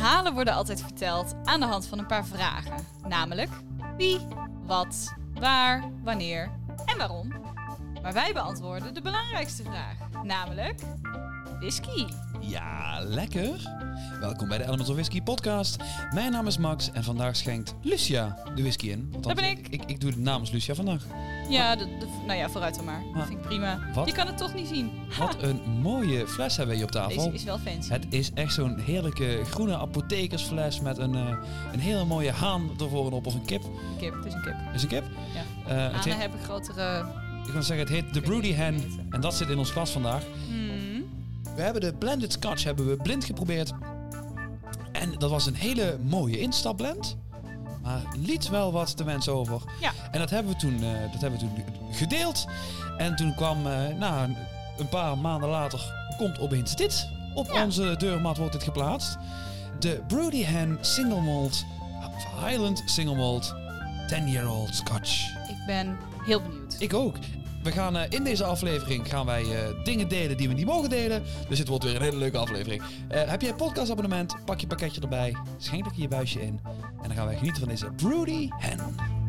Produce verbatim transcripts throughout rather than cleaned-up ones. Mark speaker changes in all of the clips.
Speaker 1: Verhalen worden altijd verteld aan de hand van een paar vragen. Namelijk wie, wat, waar, wanneer en waarom. Maar wij beantwoorden de belangrijkste vraag. Namelijk whisky.
Speaker 2: Ja, lekker. Welkom bij de Elements of Whisky podcast. Mijn naam is Max en vandaag schenkt Lucia de whisky in. Want
Speaker 1: Dat ben ik.
Speaker 2: ik. Ik doe het namens Lucia vandaag.
Speaker 1: Ja, de, de, nou ja, vooruit dan maar. Dat
Speaker 2: Maar
Speaker 1: vind ik prima.
Speaker 2: wat?
Speaker 1: Je kan het toch niet zien.
Speaker 2: Wat een mooie fles hebben we hier op tafel.
Speaker 1: Deze is wel fancy.
Speaker 2: Het is echt zo'n heerlijke groene apothekersfles met een, uh, een hele mooie haan ervoor en op. Of een kip.
Speaker 1: Kip, het is een kip.
Speaker 2: Is een kip?
Speaker 1: Ja.
Speaker 2: Uh, het
Speaker 1: Hanen
Speaker 2: heet,
Speaker 1: hebben grotere...
Speaker 2: ik kan zeggen, het heet de
Speaker 1: Ik weet
Speaker 2: Broody
Speaker 1: niet hoe
Speaker 2: Hen.
Speaker 1: het heet.
Speaker 2: En dat zit in ons glas vandaag.
Speaker 1: Hmm.
Speaker 2: We hebben de blended scotch hebben we blind geprobeerd. En dat was een hele mooie instapblend. Maar liet wel wat te wensen over.
Speaker 1: Ja.
Speaker 2: En dat hebben we toen, uh, dat hebben we toen gedeeld. En toen kwam, uh, nou, een paar maanden later, komt opeens dit. Op
Speaker 1: Ja.
Speaker 2: onze deurmat wordt dit geplaatst. De Broody Hen Single Malt, Highland Single Malt, ten-year-old Scotch.
Speaker 1: Ik ben heel benieuwd.
Speaker 2: Ik ook. We gaan uh, in deze aflevering gaan wij uh, dingen delen die we niet mogen delen. Dus het wordt weer een hele leuke aflevering. Uh, heb jij een podcastabonnement? Pak je pakketje erbij. Schenk er je buisje in. En dan gaan wij genieten van deze Broody Hen.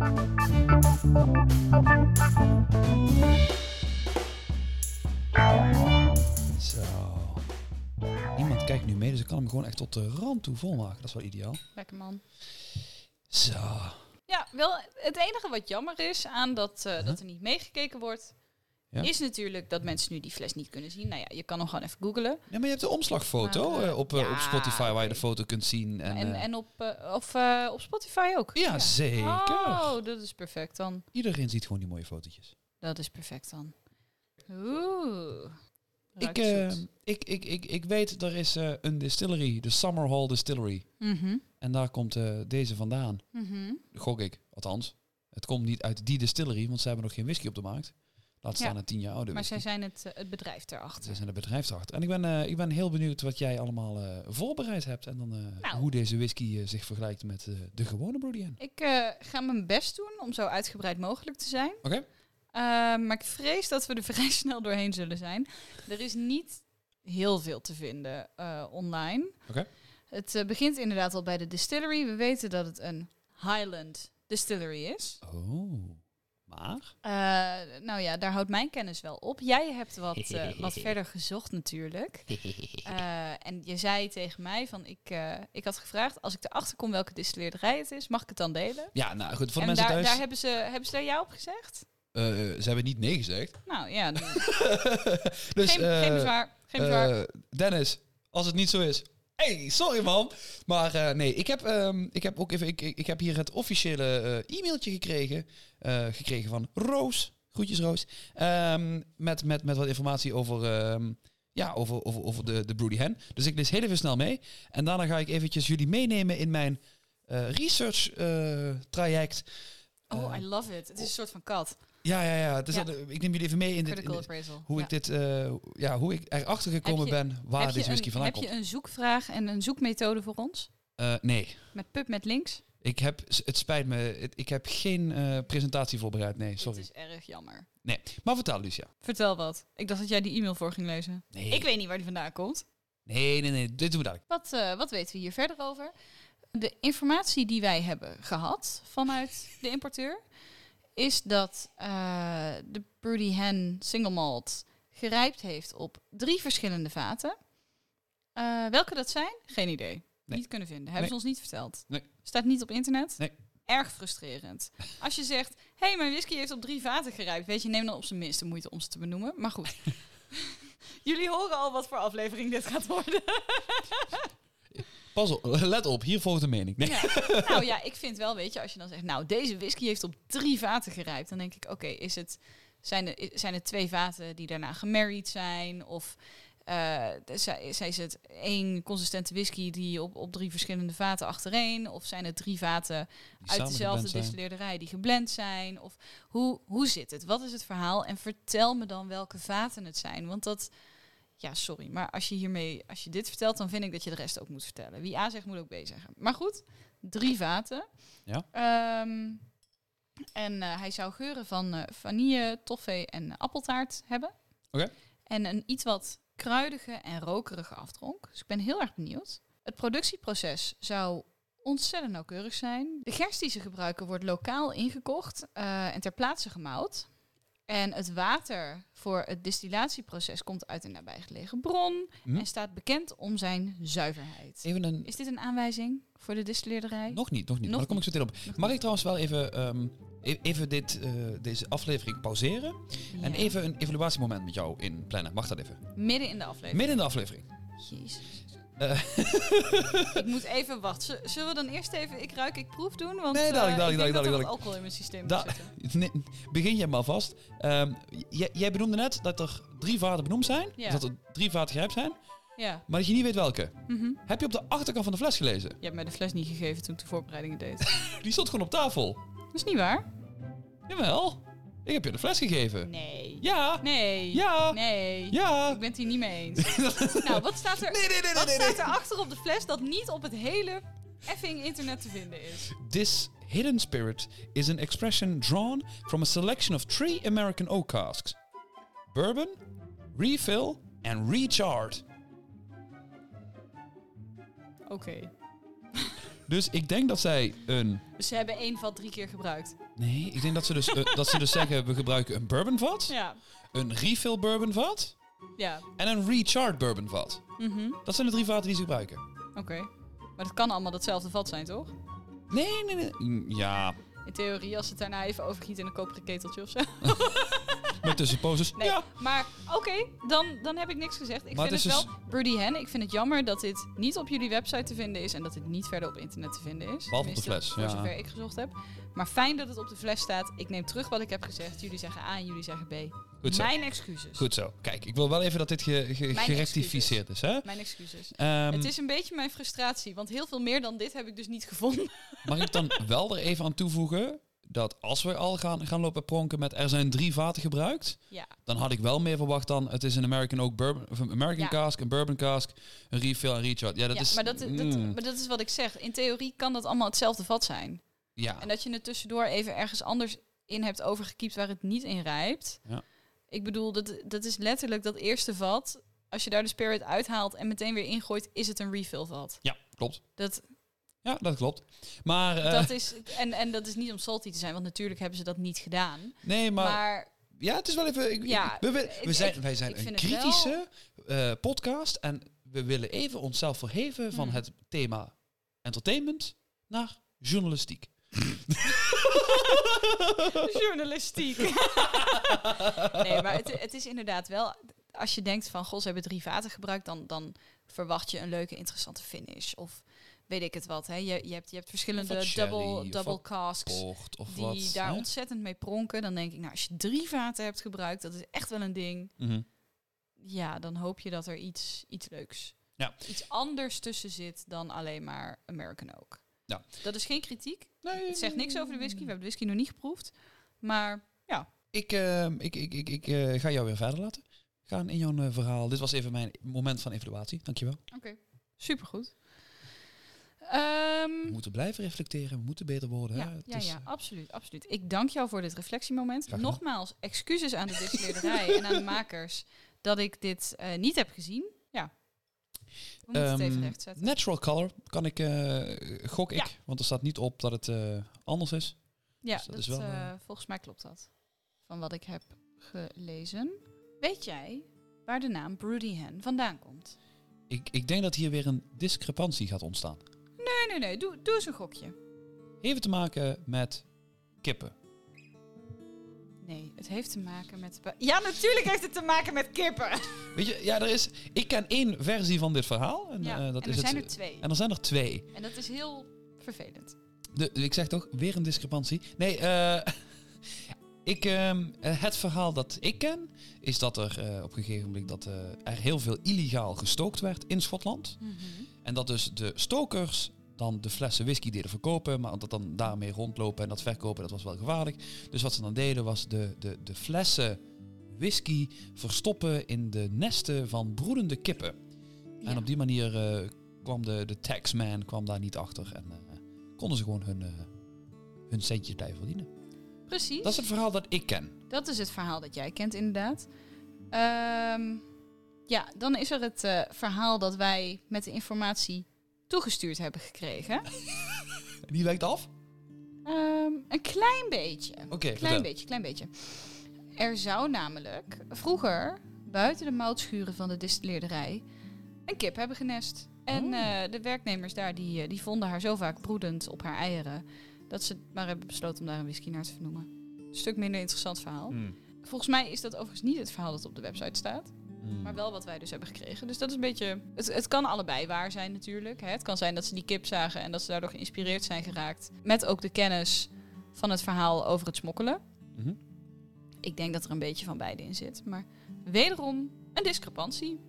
Speaker 2: Zo. Niemand kijkt nu mee, dus ik kan hem gewoon echt tot de rand toe volmaken. Dat is wel ideaal.
Speaker 1: Lekker man.
Speaker 2: Zo.
Speaker 1: Ja, wel het enige wat jammer is aan dat, uh, dat er niet meegekeken wordt,
Speaker 2: Ja?
Speaker 1: is natuurlijk dat mensen nu die fles niet kunnen zien. Nou ja, je kan hem gewoon even googlen.
Speaker 2: Ja, maar je hebt de omslagfoto
Speaker 1: Maar, uh,
Speaker 2: uh, op, uh,
Speaker 1: ja,
Speaker 2: op Spotify waar je de
Speaker 1: oké.
Speaker 2: foto kunt zien. En,
Speaker 1: En,
Speaker 2: uh,
Speaker 1: en op, uh, of, uh, op Spotify ook.
Speaker 2: ja, zeker.
Speaker 1: Oh, dat is perfect dan.
Speaker 2: Iedereen ziet gewoon die mooie fotootjes.
Speaker 1: Dat is perfect dan. Oeh.
Speaker 2: Ik,
Speaker 1: Ruikt
Speaker 2: uh,
Speaker 1: zoet.
Speaker 2: ik, ik, ik, ik weet, er is uh, een distillery, de Summerhall Distillery.
Speaker 1: Mhm.
Speaker 2: En daar komt uh, deze vandaan.
Speaker 1: Mhm.
Speaker 2: Gok ik, althans. Het komt niet uit die distillery, want ze hebben nog geen whisky op de markt. Laat staan
Speaker 1: Ja.
Speaker 2: een tien jaar oude
Speaker 1: Maar
Speaker 2: whisky.
Speaker 1: zij zijn het, uh, het bedrijf erachter.
Speaker 2: Ze zijn het bedrijf erachter. En ik ben, uh, ik ben heel benieuwd wat jij allemaal uh, voorbereid hebt. En dan uh,
Speaker 1: Nou.
Speaker 2: hoe deze whisky uh, zich vergelijkt met uh, de gewone Broody Hen.
Speaker 1: Ik uh, ga mijn best doen om zo uitgebreid mogelijk te zijn.
Speaker 2: Oké.
Speaker 1: Uh, maar ik vrees dat we er vrij snel doorheen zullen zijn. Er is niet heel veel te vinden uh, online.
Speaker 2: Oké.
Speaker 1: Het uh, begint inderdaad al bij de distillery. We weten dat het een Highland distillery is.
Speaker 2: Oh, maar?
Speaker 1: Uh, nou ja, daar houdt mijn kennis wel op. Jij hebt wat, uh, wat verder gezocht natuurlijk. Uh, en je zei tegen mij van, ik, uh, ik had gevraagd, als ik erachter kom welke distilleerderij het is, mag ik het dan delen?
Speaker 2: Ja, nou goed, voor de
Speaker 1: en
Speaker 2: mensen
Speaker 1: daar,
Speaker 2: thuis.
Speaker 1: daar hebben ze, hebben ze daar jou op gezegd?
Speaker 2: Uh, ze hebben niet nee gezegd.
Speaker 1: Nou ja, dan-
Speaker 2: Dus,
Speaker 1: geen,
Speaker 2: uh,
Speaker 1: geen bezwaar. Geen bezwaar.
Speaker 2: Uh, Dennis, als het niet zo is. Hey, sorry man. Maar uh, nee, ik heb, um, ik heb ook even. Ik, ik, ik heb hier het officiële uh, e-mailtje gekregen. Uh, gekregen van Roos. Groetjes Roos. Um, met, met, met wat informatie over. Um, ja, over, over, over de, de Broody Hen. Dus ik lees heel even snel mee. En daarna ga ik eventjes jullie meenemen in mijn uh, research uh, traject.
Speaker 1: Oh,
Speaker 2: Uh,
Speaker 1: I love it. Het is een soort van kat.
Speaker 2: Ja, ja, ja. Dus
Speaker 1: Ja.
Speaker 2: Dat, ik neem jullie even mee in, dit, in
Speaker 1: Critical
Speaker 2: dit,
Speaker 1: appraisal.
Speaker 2: hoe
Speaker 1: Ja.
Speaker 2: ik dit, uh, ja, hoe ik erachter gekomen
Speaker 1: Heb je-
Speaker 2: ben waar
Speaker 1: Heb je
Speaker 2: deze whisky
Speaker 1: een-
Speaker 2: vandaan
Speaker 1: Heb
Speaker 2: komt.
Speaker 1: je een zoekvraag en een zoekmethode voor ons?
Speaker 2: Uh, nee,
Speaker 1: Met PubMed links?
Speaker 2: ik heb, het spijt me, het- ik heb geen uh, presentatie voorbereid. Nee, sorry.
Speaker 1: Het is erg jammer.
Speaker 2: Nee, maar vertel Lucia.
Speaker 1: Vertel wat. Ik dacht dat jij die e-mail voor ging lezen.
Speaker 2: Nee,
Speaker 1: Ik weet niet waar die vandaan komt.
Speaker 2: nee, nee, nee, dit doen we dadelijk.
Speaker 1: Wat, uh, wat weten we hier verder over? De informatie die wij hebben gehad vanuit de importeur is dat uh, de Broody Hen Single Malt gerijpt heeft op drie verschillende vaten. Uh, welke dat zijn? Geen idee.
Speaker 2: Nee.
Speaker 1: Niet kunnen vinden. Hebben
Speaker 2: Nee.
Speaker 1: ze ons niet verteld.
Speaker 2: Nee.
Speaker 1: Staat niet op internet.
Speaker 2: Nee.
Speaker 1: Erg frustrerend. Als je zegt, hé, hey, mijn whisky heeft op drie vaten gerijpt. Weet je, neem dan op zijn minst de moeite om ze te benoemen. Maar goed. Jullie horen al wat voor aflevering dit gaat worden.
Speaker 2: Pas op, let op, hier volgt een mening. Nee.
Speaker 1: Ja. Nou ja, ik vind wel, weet je, als je dan zegt, nou, deze whisky heeft op drie vaten gerijpt, dan denk ik, oké, okay, is het zijn er zijn het twee vaten die daarna gemarried zijn, of uh, is het één consistente whisky die op, op drie verschillende vaten achtereen, of zijn het drie vaten
Speaker 2: Die
Speaker 1: uit
Speaker 2: samen
Speaker 1: dezelfde
Speaker 2: geblend zijn.
Speaker 1: distilleerderij die geblend zijn, of hoe hoe zit het? Wat is het verhaal? En vertel me dan welke vaten het zijn, want dat. Ja, sorry, maar als je hiermee, als je dit vertelt, dan vind ik dat je de rest ook moet vertellen. Wie A zegt, moet ook B zeggen. Maar goed, drie vaten.
Speaker 2: Ja.
Speaker 1: Um, en uh, hij zou geuren van uh, vanille, toffee en appeltaart hebben.
Speaker 2: Oké.
Speaker 1: En een iets wat kruidige en rokerige afdronk. Dus ik ben heel erg benieuwd. Het productieproces zou ontzettend nauwkeurig zijn. De gerst die ze gebruiken wordt lokaal ingekocht uh, en ter plaatse gemouwd. En het water voor het distillatieproces komt uit een nabijgelegen bron hm? en staat bekend om zijn zuiverheid.
Speaker 2: Even een...
Speaker 1: Is dit een aanwijzing voor de distilleerderij?
Speaker 2: Nog niet, nog niet. Nog maar daar kom ik zo meteen op. Nog Mag niet. ik trouwens wel even, um, even dit, uh, deze aflevering pauzeren ja. en even een evaluatiemoment met jou inplannen? Mag dat even?
Speaker 1: Midden in de aflevering?
Speaker 2: Midden in de aflevering.
Speaker 1: Jezus. Uh. Ik moet even wachten. Zullen we dan eerst even ik ruik, ik proef doen? Want
Speaker 2: nee, dadelijk, dadelijk,
Speaker 1: uh, ik denk
Speaker 2: dadelijk,
Speaker 1: dat er
Speaker 2: dadelijk.
Speaker 1: alcohol in mijn systeem
Speaker 2: da-
Speaker 1: zit.
Speaker 2: nee, begin jij maar vast. Um, j- jij benoemde net dat er drie vaten benoemd zijn.
Speaker 1: Ja.
Speaker 2: Dus dat er drie vaten gerijpt zijn.
Speaker 1: Ja.
Speaker 2: Maar dat je niet weet welke.
Speaker 1: Mm-hmm.
Speaker 2: Heb je op de achterkant van de fles gelezen?
Speaker 1: Je hebt mij de fles niet gegeven toen ik de voorbereidingen deed.
Speaker 2: Die stond gewoon op tafel.
Speaker 1: Dat is niet waar.
Speaker 2: Jawel. Ik heb je de fles gegeven.
Speaker 1: Nee.
Speaker 2: Ja.
Speaker 1: Nee.
Speaker 2: Ja.
Speaker 1: Nee.
Speaker 2: Ja.
Speaker 1: Ik ben het hier niet mee eens. Nou, wat staat er,
Speaker 2: nee, nee, nee,
Speaker 1: wat
Speaker 2: nee,
Speaker 1: staat
Speaker 2: nee.
Speaker 1: er achter op de fles dat niet op het hele effing internet te vinden is?
Speaker 2: This hidden spirit is an expression drawn from a selection of three American oak casks. Bourbon, refill and recharred.
Speaker 1: Oké. Okay.
Speaker 2: Dus ik denk dat zij een...
Speaker 1: Dus ze hebben één vat drie keer gebruikt.
Speaker 2: Nee, ik denk dat ze dus, uh, dat ze dus zeggen, we gebruiken een bourbonvat,
Speaker 1: ja.
Speaker 2: een refill bourbonvat
Speaker 1: ja.
Speaker 2: en een recharred bourbonvat.
Speaker 1: Mm-hmm.
Speaker 2: Dat zijn de drie vaten die ze gebruiken.
Speaker 1: Oké. Okay. Maar dat kan allemaal datzelfde vat zijn, toch?
Speaker 2: Nee, nee, nee. Mm, ja.
Speaker 1: In theorie, als het daarna even overgiet in een koperen keteltje of zo.
Speaker 2: Met tussenposes.
Speaker 1: Nee,
Speaker 2: ja.
Speaker 1: Maar oké, okay, dan, dan heb ik niks gezegd. Ik
Speaker 2: maar
Speaker 1: vind
Speaker 2: het,
Speaker 1: het
Speaker 2: het
Speaker 1: wel, dus Birdie Hen, ik vind het jammer dat dit niet op jullie website te vinden is en dat dit niet verder op internet te vinden is.
Speaker 2: Behalve op de fles,
Speaker 1: voor
Speaker 2: ja.
Speaker 1: zover ik gezocht heb. Maar fijn dat het op de fles staat. Ik neem terug wat ik heb gezegd. Jullie zeggen A en jullie zeggen B.
Speaker 2: Goed zo.
Speaker 1: Mijn excuses.
Speaker 2: Goed zo. Kijk, ik wil wel even dat dit ge- ge- gerectificeerd is. Hè?
Speaker 1: Mijn excuses.
Speaker 2: Um,
Speaker 1: het is een beetje mijn frustratie, want heel veel meer dan dit heb ik dus niet gevonden.
Speaker 2: Mag ik dan wel er even aan toevoegen dat als we al gaan, gaan lopen pronken met er zijn drie vaten gebruikt,
Speaker 1: ja.
Speaker 2: dan had ik wel meer verwacht dan het is een American Oak bourbon, of een American
Speaker 1: ja.
Speaker 2: cask, een bourbon cask, een refill en recharred. Ja, dat
Speaker 1: ja,
Speaker 2: is.
Speaker 1: Maar dat, dat,
Speaker 2: mm.
Speaker 1: maar dat is wat ik zeg. In theorie kan dat allemaal hetzelfde vat zijn.
Speaker 2: Ja.
Speaker 1: En dat je het tussendoor even ergens anders in hebt overgekiept waar het niet in rijpt.
Speaker 2: Ja.
Speaker 1: Ik bedoel, dat, dat is letterlijk dat eerste vat. Als je daar de spirit uithaalt en meteen weer ingooit, is het een refill vat.
Speaker 2: Ja, klopt.
Speaker 1: Dat,
Speaker 2: ja, dat klopt. Maar, uh,
Speaker 1: dat is, en, en dat is niet om salty te zijn, want natuurlijk hebben ze dat niet gedaan.
Speaker 2: Nee, maar...
Speaker 1: maar
Speaker 2: ja, het is wel even... Ik,
Speaker 1: ja,
Speaker 2: ik, we, we, we zijn,
Speaker 1: ik,
Speaker 2: wij zijn
Speaker 1: ik
Speaker 2: een
Speaker 1: vind
Speaker 2: kritische uh, podcast en we willen even onszelf verheven van
Speaker 1: hmm.
Speaker 2: het thema entertainment naar journalistiek.
Speaker 1: Journalistiek. Nee, maar het, het is inderdaad wel... Als je denkt van, goh, ze hebben drie vaten gebruikt, dan, dan verwacht je een leuke, interessante finish. Of weet ik het wat. Hè. Je, je, hebt, je hebt verschillende
Speaker 2: sherry,
Speaker 1: double, double casks
Speaker 2: port, of
Speaker 1: die
Speaker 2: wat,
Speaker 1: daar
Speaker 2: hè?
Speaker 1: ontzettend mee pronken. Dan denk ik, nou, als je drie vaten hebt gebruikt, dat is echt wel een ding.
Speaker 2: Mm-hmm.
Speaker 1: Ja, dan hoop je dat er iets, iets leuks,
Speaker 2: ja.
Speaker 1: iets anders tussen zit dan alleen maar American Oak.
Speaker 2: Ja.
Speaker 1: Dat is geen kritiek.
Speaker 2: Nee,
Speaker 1: het zegt niks over de whisky. We hebben de whisky nog niet geproefd. Maar ja.
Speaker 2: Ik, uh, ik, ik, ik, ik uh, ga jou weer verder laten gaan in jouw uh, verhaal. Dit was even mijn moment van evaluatie. Dankjewel.
Speaker 1: Oké, okay. Supergoed. Um,
Speaker 2: we moeten blijven reflecteren. We moeten beter worden.
Speaker 1: Ja,
Speaker 2: hè? Het
Speaker 1: ja,
Speaker 2: is,
Speaker 1: ja, absoluut, absoluut. Ik dank jou voor dit reflectiemoment. Nogmaals, excuses aan de distilleerderij en aan de makers dat ik dit uh, niet heb gezien. Ja. We moeten um, het even rechtzetten.
Speaker 2: Natural color kan ik, uh, gok ik. Ja. Want er staat niet op dat het uh, anders is.
Speaker 1: Ja,
Speaker 2: dus dat
Speaker 1: dat,
Speaker 2: is wel,
Speaker 1: uh, volgens mij klopt dat. Van wat ik heb gelezen. Weet jij waar de naam Broody Hen vandaan komt?
Speaker 2: Ik, ik denk dat hier weer een discrepantie gaat ontstaan.
Speaker 1: Nee, nee, nee. Doe, doe eens een gokje.
Speaker 2: Heeft te maken met kippen.
Speaker 1: Nee, het heeft te maken met... Ja, natuurlijk heeft het te maken met kippen.
Speaker 2: Weet je, ja, er is... Ik ken één versie van dit verhaal. En,
Speaker 1: ja,
Speaker 2: uh, dat
Speaker 1: en
Speaker 2: is
Speaker 1: er zijn
Speaker 2: het,
Speaker 1: er twee.
Speaker 2: En er zijn er twee.
Speaker 1: En dat is heel vervelend.
Speaker 2: De, ik zeg toch, weer een discrepantie. Nee, uh, ik, uh, het verhaal dat ik ken, is dat er uh, op een gegeven moment dat, uh, er heel veel illegaal gestookt werd in Schotland.
Speaker 1: Mm-hmm.
Speaker 2: En dat dus de stokers dan de flessen whisky deden verkopen, maar dat dan daarmee rondlopen en dat verkopen, dat was wel gevaarlijk. Dus wat ze dan deden was de, de, de flessen whisky verstoppen in de nesten van broedende kippen. Ja. En op die manier uh, kwam de, de taxman kwam daar niet achter en uh, konden ze gewoon hun, uh, hun centjes blijven verdienen.
Speaker 1: Precies.
Speaker 2: Dat is het verhaal dat ik ken.
Speaker 1: Dat is het verhaal dat jij kent, inderdaad. Um, ja, dan is er het uh, verhaal dat wij met de informatie toegestuurd hebben gekregen.
Speaker 2: Die wijkt af?
Speaker 1: Um, een klein beetje.
Speaker 2: Oké, okay,
Speaker 1: Klein vertel. beetje, klein beetje. Er zou namelijk vroeger buiten de moutschuren van de distilleerderij een kip hebben genest. En
Speaker 2: oh.
Speaker 1: uh, de werknemers daar die, die vonden haar zo vaak broedend op haar eieren dat ze maar hebben besloten om daar een whisky naar te vernoemen. Een stuk minder interessant verhaal.
Speaker 2: Mm.
Speaker 1: Volgens mij is dat overigens niet het verhaal dat op de website staat.
Speaker 2: Mm.
Speaker 1: Maar wel wat wij dus hebben gekregen. Dus dat is een beetje... Het, het kan allebei waar zijn natuurlijk. Hè. Het kan zijn dat ze die kip zagen en dat ze daardoor geïnspireerd zijn geraakt. Met ook de kennis van het verhaal over het smokkelen.
Speaker 2: Mm-hmm.
Speaker 1: Ik denk dat er een beetje van beide in zit. Maar wederom een discrepantie.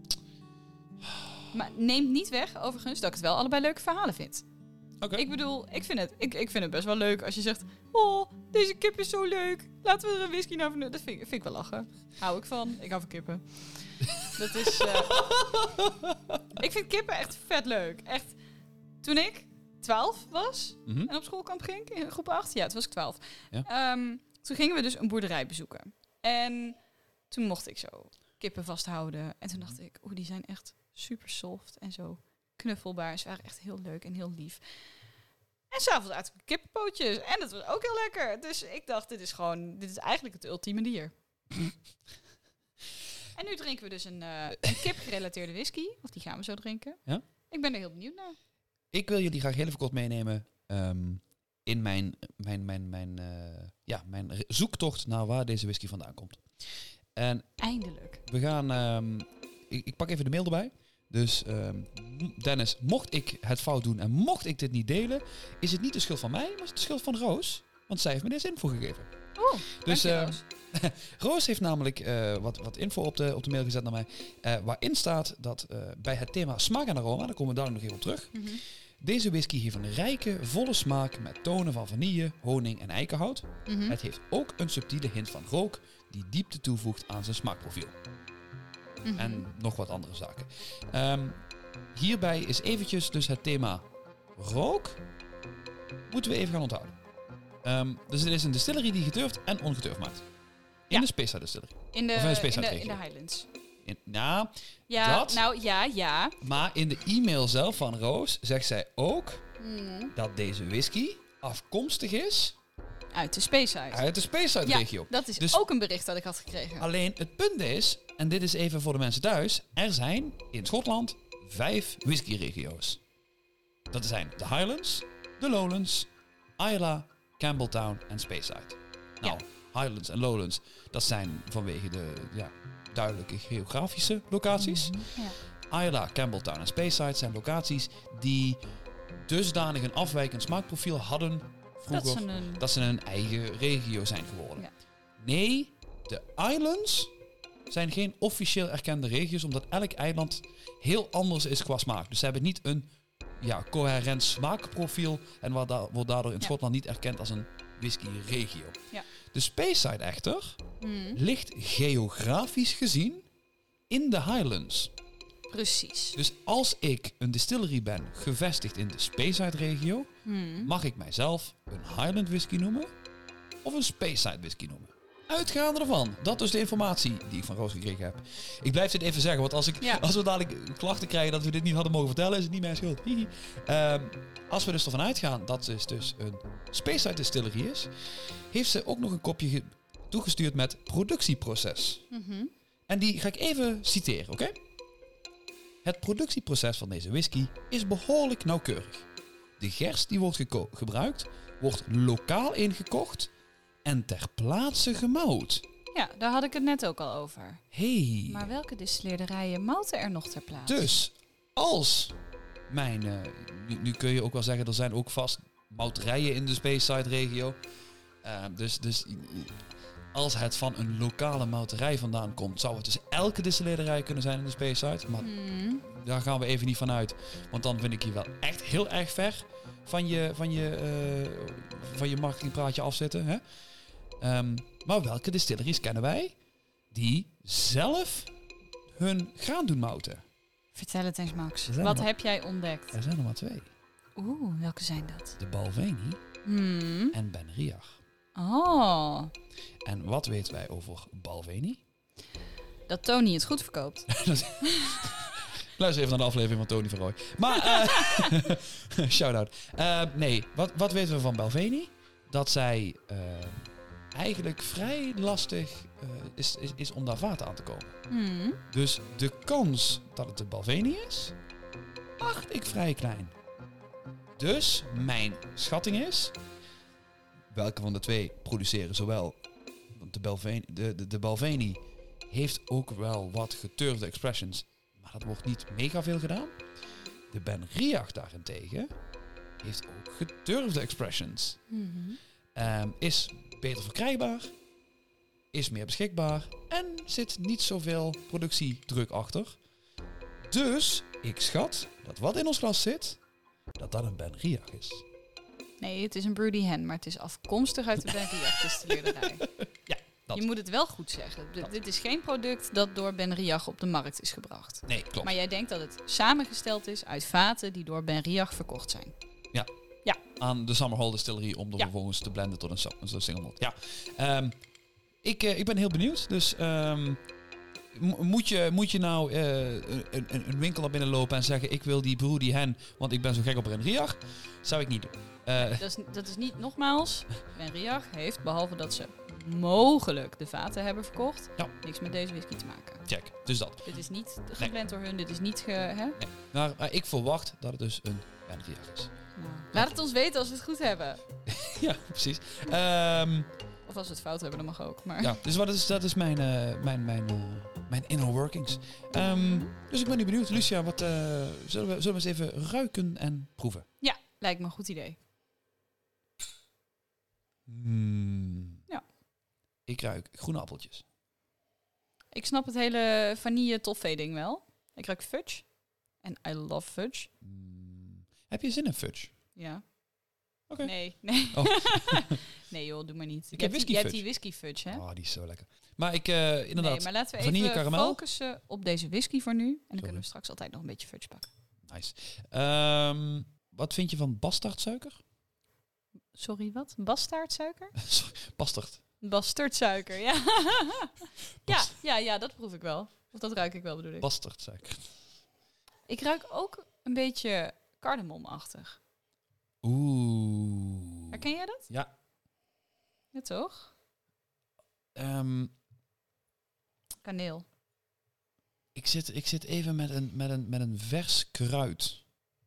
Speaker 1: Maar neemt niet weg, overigens, dat ik het wel allebei leuke verhalen vind.
Speaker 2: Okay.
Speaker 1: Ik bedoel, ik vind, het, ik, ik vind het best wel leuk als je zegt... Oh, deze kip is zo leuk. Laten we er een whisky naar vernoemen. Dat vind, vind ik wel lachen. Hou ik van. Ik hou van kippen. Dat is... Uh... ik vind kippen echt vet leuk. Echt. Toen ik twaalf was
Speaker 2: Mm-hmm.
Speaker 1: en op schoolkamp ging, in groep acht. Ja, toen was ik twaalf.
Speaker 2: Ja.
Speaker 1: Um, toen gingen we dus een boerderij bezoeken. En toen mocht ik zo kippen vasthouden. En toen dacht ik, oeh, die zijn echt super soft en zo knuffelbaar. Ze waren echt heel leuk en heel lief. En s'avonds uit kippenpootjes. En dat was ook heel lekker. Dus ik dacht, dit is gewoon, dit is eigenlijk het ultieme dier. En nu drinken we dus een, uh, een kip-gerelateerde whisky. Of die gaan we zo drinken.
Speaker 2: Ja?
Speaker 1: Ik ben er heel benieuwd naar.
Speaker 2: Ik wil jullie graag heel even kort meenemen um, in mijn, mijn, mijn, mijn, uh, ja, mijn zoektocht naar waar deze whisky vandaan komt. En
Speaker 1: eindelijk.
Speaker 2: We gaan... Um, ik, ik pak even de mail erbij. Dus um, Dennis, mocht ik het fout doen en mocht ik dit niet delen, is het niet de schuld van mij, maar het is de schuld van Roos. Want zij heeft me deze info gegeven.
Speaker 1: Oh,
Speaker 2: dus
Speaker 1: je,
Speaker 2: uh,
Speaker 1: Roos.
Speaker 2: Roos heeft namelijk uh, wat, wat info op de, op de mail gezet naar mij. Uh, waarin staat dat uh, bij het thema smaak en aroma, daar komen we daar nog even op terug.
Speaker 1: Mm-hmm.
Speaker 2: Deze whisky heeft een rijke, volle smaak met tonen van vanille, honing en eikenhout.
Speaker 1: Mm-hmm.
Speaker 2: Het heeft ook een subtiele hint van rook die diepte toevoegt aan zijn smaakprofiel. Mm-hmm. En nog wat andere zaken. Um, hierbij is eventjes dus het thema rook. Moeten we even gaan onthouden. Um, dus het is een distillery die gedurfd en ongedurfd maakt. In
Speaker 1: ja.
Speaker 2: de Speyside Distillery.
Speaker 1: In de,
Speaker 2: of in de, Speyside
Speaker 1: in de, in de Highlands.
Speaker 2: In, nou,
Speaker 1: ja,
Speaker 2: dat.
Speaker 1: Nou, ja, ja.
Speaker 2: Maar in de e-mail zelf van Roos zegt zij ook
Speaker 1: mm.
Speaker 2: dat deze whisky afkomstig is...
Speaker 1: Uit de Speyside.
Speaker 2: Uit de Speyside
Speaker 1: ja,
Speaker 2: regio.
Speaker 1: Dat is
Speaker 2: dus
Speaker 1: ook een bericht dat ik had gekregen.
Speaker 2: Alleen het punt is, en dit is even voor de mensen thuis, er zijn in Schotland vijf whiskyregio's. Dat zijn de Highlands, de Lowlands, Islay, Campbelltown en Speyside. Nou, ja. Highlands en Lowlands, dat zijn vanwege de ja, duidelijke geografische locaties.
Speaker 1: Mm-hmm. Ja.
Speaker 2: Islay, Campbelltown en Speyside zijn locaties die dusdanig een afwijkend smaakprofiel hadden vroeger, dat ze, een... dat ze een eigen regio zijn geworden. Ja. Nee, de islands zijn geen officieel erkende regio's, omdat elk eiland heel anders is qua smaak. Dus ze hebben niet een ja, coherent smaakprofiel en wordt daardoor in ja. Schotland niet erkend als een whisky-regio.
Speaker 1: Ja.
Speaker 2: De Speyside echter
Speaker 1: mm.
Speaker 2: ligt geografisch gezien in de Highlands.
Speaker 1: Precies.
Speaker 2: Dus als ik een distillery ben gevestigd in de Speyside-regio,
Speaker 1: mm.
Speaker 2: mag ik mijzelf een Highland whisky noemen of een Speyside whisky noemen. Uitgaande ervan. Dat is de informatie die ik van Roos gekregen heb. Ik blijf dit even zeggen, want als, ik,
Speaker 1: ja.
Speaker 2: als we dadelijk klachten krijgen dat we dit niet hadden mogen vertellen, is het niet mijn schuld. um, als we dus ervan uitgaan dat het dus een Speyside distillery is, heeft ze ook nog een kopje ge- toegestuurd met productieproces.
Speaker 1: Mm-hmm.
Speaker 2: En die ga ik even citeren, oké? Okay? Het productieproces van deze whisky is behoorlijk nauwkeurig. De gerst die wordt geko- gebruikt, wordt lokaal ingekocht en ter plaatse gemout.
Speaker 1: Ja, daar had ik het net ook al over.
Speaker 2: Hey.
Speaker 1: Maar welke distilleerderijen mouten er nog ter plaatse?
Speaker 2: Dus, als mijn... Uh, nu, nu kun je ook wel zeggen, er zijn ook vast mouterijen in de Speyside-regio. Uh, dus, dus als het van een lokale mouterij vandaan komt, zou het dus elke distilleerderij kunnen zijn in de Speyside. Maar
Speaker 1: hmm.
Speaker 2: daar gaan we even niet van uit. Want dan vind ik je wel echt heel erg ver van je, van je, uh, van je marketingpraatje afzitten. Hè? Um, maar welke distilleries kennen wij die zelf hun graan doen mouten?
Speaker 1: Vertel het eens, Max. Wat
Speaker 2: maar,
Speaker 1: heb jij ontdekt?
Speaker 2: Er zijn er maar twee.
Speaker 1: Oeh, welke zijn dat?
Speaker 2: De Balvenie
Speaker 1: hmm.
Speaker 2: en Ben Riach.
Speaker 1: Oh.
Speaker 2: En wat weten wij over Balvenie?
Speaker 1: Dat Tony het goed verkoopt.
Speaker 2: Luister even naar de aflevering van Tony van Rooij. Maar, uh, shout-out. Uh, nee, wat, wat weten we van Balvenie? Dat zij uh, eigenlijk vrij lastig uh, is, is, is om daar vaten aan te komen.
Speaker 1: Mm.
Speaker 2: Dus de kans dat het de Balvenie is, acht ik vrij klein. Dus mijn schatting is, welke van de twee produceren zowel? Want de Balvenie, de, de, de Balvenie heeft ook wel wat geturfde expressions, maar dat wordt niet mega veel gedaan. De Ben Riach daarentegen heeft ook gedurfde expressions.
Speaker 1: Mm-hmm.
Speaker 2: Um, is beter verkrijgbaar, is meer beschikbaar en zit niet zoveel productiedruk achter. Dus ik schat dat wat in ons glas zit, dat dat een Ben Riach is.
Speaker 1: Nee, het is een Broody Hen, maar het is afkomstig uit de Ben Riach distilleerderij.
Speaker 2: Ja, dat.
Speaker 1: Je moet het wel goed zeggen. D- dit is geen product dat door Ben Riach op de markt is gebracht.
Speaker 2: Nee, klopt.
Speaker 1: Maar jij denkt dat het samengesteld is uit vaten die door Ben Riach verkocht zijn.
Speaker 2: Ja.
Speaker 1: Ja.
Speaker 2: Aan de Summer Hall Distillery om er
Speaker 1: Ja.
Speaker 2: vervolgens te blenden tot een, sa- een single malt. Ja. Um, ik, uh, ik ben heel benieuwd. Dus um, mo- moet, je, moet je nou uh, een, een, een winkel naar binnen lopen en zeggen ik wil die Broody Hen, want ik ben zo gek op Ben Riach. Zou ik niet doen. Uh,
Speaker 1: Dat is, dat is niet, nogmaals, Ben Riach heeft, behalve dat ze mogelijk de vaten hebben verkocht,
Speaker 2: Ja.
Speaker 1: niks met deze whisky te maken.
Speaker 2: check. Dus dat.
Speaker 1: Dit is niet geblend door hun, dit is niet ge... Hè?
Speaker 2: Nee. Maar uh, ik verwacht dat het dus een Ben Riach is.
Speaker 1: Nou, laat het ons weten als we het goed hebben.
Speaker 2: Ja, precies. Um,
Speaker 1: Of als we het fout hebben, dat mag ook. Maar...
Speaker 2: ja, dus wat is, dat is mijn, uh, mijn, mijn, uh, mijn inner workings. Um, dus ik ben nu benieuwd. Lucia, wat, uh, zullen, we, zullen we eens even ruiken en proeven?
Speaker 1: Ja, lijkt me een goed idee.
Speaker 2: Hmm.
Speaker 1: Ja.
Speaker 2: Ik ruik groene appeltjes.
Speaker 1: Ik snap het hele vanille toffee ding wel. Ik ruik fudge. En I love fudge.
Speaker 2: Hmm. Heb je zin in fudge?
Speaker 1: Ja.
Speaker 2: Oké.
Speaker 1: Nee, nee.
Speaker 2: Oh.
Speaker 1: nee joh, doe maar niet.
Speaker 2: Ik
Speaker 1: je
Speaker 2: heb
Speaker 1: hebt
Speaker 2: whisky
Speaker 1: die, je hebt
Speaker 2: fudge.
Speaker 1: die whisky fudge, hè?
Speaker 2: Oh, die is zo lekker. Maar ik, uh, inderdaad,
Speaker 1: Nee, maar laten we
Speaker 2: vanille
Speaker 1: even
Speaker 2: karamel.
Speaker 1: focussen op deze whisky voor nu. En dan
Speaker 2: Sorry.
Speaker 1: kunnen we straks altijd nog een beetje fudge pakken.
Speaker 2: Nice. Um, wat vind je van bastardsuiker?
Speaker 1: Sorry, wat? Bastaardsuiker?
Speaker 2: Sorry, bastard.
Speaker 1: Bastardsuiker, ja. ja,
Speaker 2: Bast-
Speaker 1: ja, ja, dat proef ik wel. Of dat ruik ik wel, bedoel ik.
Speaker 2: Bastardsuiker.
Speaker 1: Ik ruik ook een beetje cardamomachtig.
Speaker 2: Oeh.
Speaker 1: Herken jij dat?
Speaker 2: Ja.
Speaker 1: Ja, toch?
Speaker 2: Um,
Speaker 1: Kaneel.
Speaker 2: ik, zit, ik zit even met een, met een, met een vers kruid.